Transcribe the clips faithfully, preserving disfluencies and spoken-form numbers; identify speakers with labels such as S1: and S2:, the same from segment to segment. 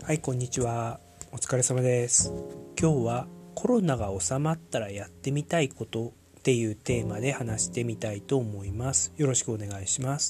S1: はい、こんにちは。お疲れ様です。今日はコロナが収まったらやってみたいことっていうテーマで話してみたいと思います。よろしくお願いします。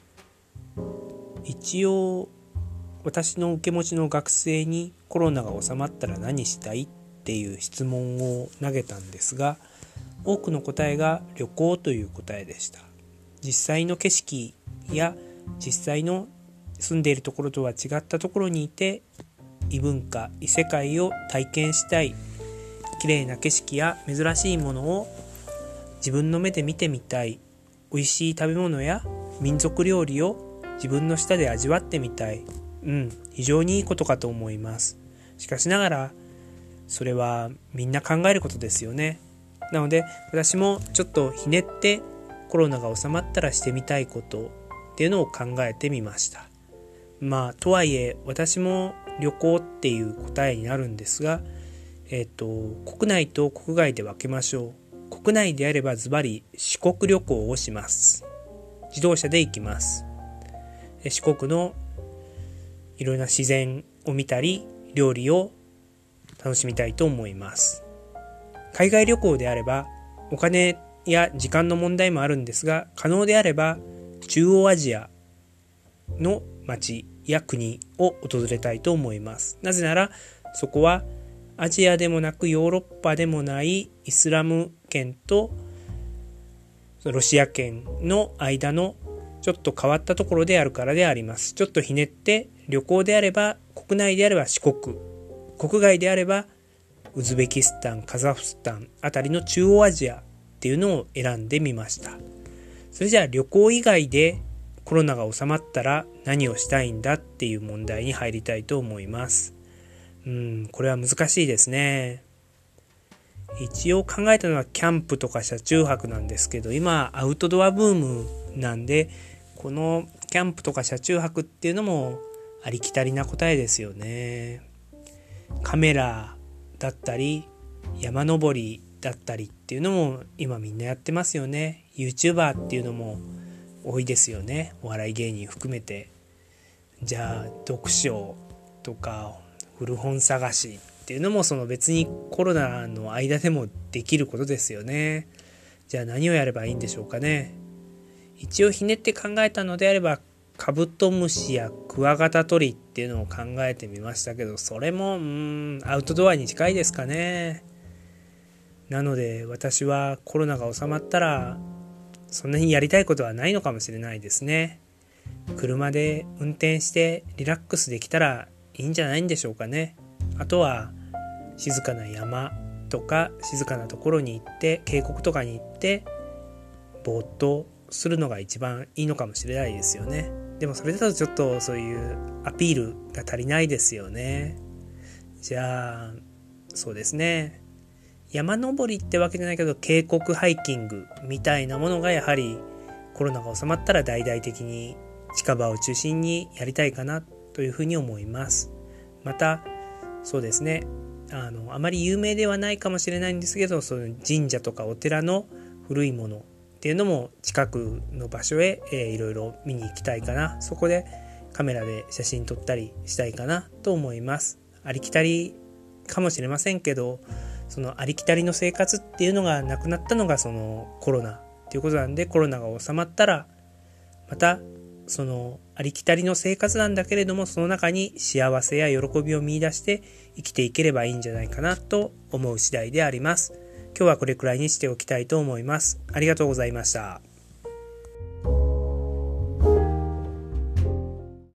S1: 一応私の受け持ちの学生にコロナが収まったら何したいっていう質問を投げたんですが、多くの答えが旅行という答えでした。実際の景色や実際の住んでいるところとは違ったところにいて異文化、異世界を体験したい、綺麗な景色や珍しいものを自分の目で見てみたい、美味しい食べ物や民族料理を自分の舌で味わってみたい。うん、非常にいいことかと思います。しかしながらそれはみんな考えることですよね。なので私もちょっとひねってコロナが収まったらしてみたいことっていうのを考えてみました。まあとはいえ私も旅行っていう答えになるんですが、えっと国内と国外で分けましょう。国内であればズバリ四国旅行をします。自動車で行きます。四国のいろいろな自然を見たり料理を楽しみたいと思います。海外旅行であればお金や時間の問題もあるんですが、可能であれば中央アジアの町や国を訪れたいと思います。なぜならそこはアジアでもなくヨーロッパでもないイスラム圏とロシア圏の間のちょっと変わったところであるからであります。ちょっとひねって旅行であれば国内であれば四国、国外であればウズベキスタン、カザフスタンあたりの中央アジアっていうのを選んでみました。それじゃあ旅行以外でコロナが収まったら何をしたいんだっていう問題に入りたいと思います。うん、これは難しいですね。一応考えたのはキャンプとか車中泊なんですけど、今アウトドアブームなんで、このキャンプとか車中泊っていうのもありきたりな答えですよね。カメラだったり山登りだったりっていうのも今みんなやってますよね。 YouTuber っていうのも多いですよね、お笑い芸人含めて。じゃあ読書とか古本探しっていうのもその別にコロナの間でもできることですよね。じゃあ何をやればいいんでしょうかね。一応ひねって考えたのであればカブトムシやクワガタ取りっていうのを考えてみましたけど、それもうーんアウトドアに近いですかね。なので私はコロナが収まったらそんなにやりたいことはないのかもしれないですね。車で運転してリラックスできたらいいんじゃないんでしょうかね。あとは静かな山とか静かなところに行って渓谷とかに行ってぼーっとするのが一番いいのかもしれないですよね。でもそれだとちょっとそういうアピールが足りないですよね。じゃあそうですね、山登りってわけじゃないけど渓谷ハイキングみたいなものがやはりコロナが収まったら大々的に近場を中心にやりたいかなというふうに思います。またそうですね、あのあまり有名ではないかもしれないんですけど、その神社とかお寺の古いものっていうのも近くの場所へ、えー、いろいろ見に行きたいかな。そこでカメラで写真撮ったりしたいかなと思います。ありきたりかもしれませんけど、そのありきたりの生活っていうのがなくなったのがそのコロナっていうことなんで、コロナが収まったらまたそのありきたりの生活なんだけれども、その中に幸せや喜びを見出して生きていければいいんじゃないかなと思う次第であります。今日はこれくらいにしておきたいと思います。ありがとうございました。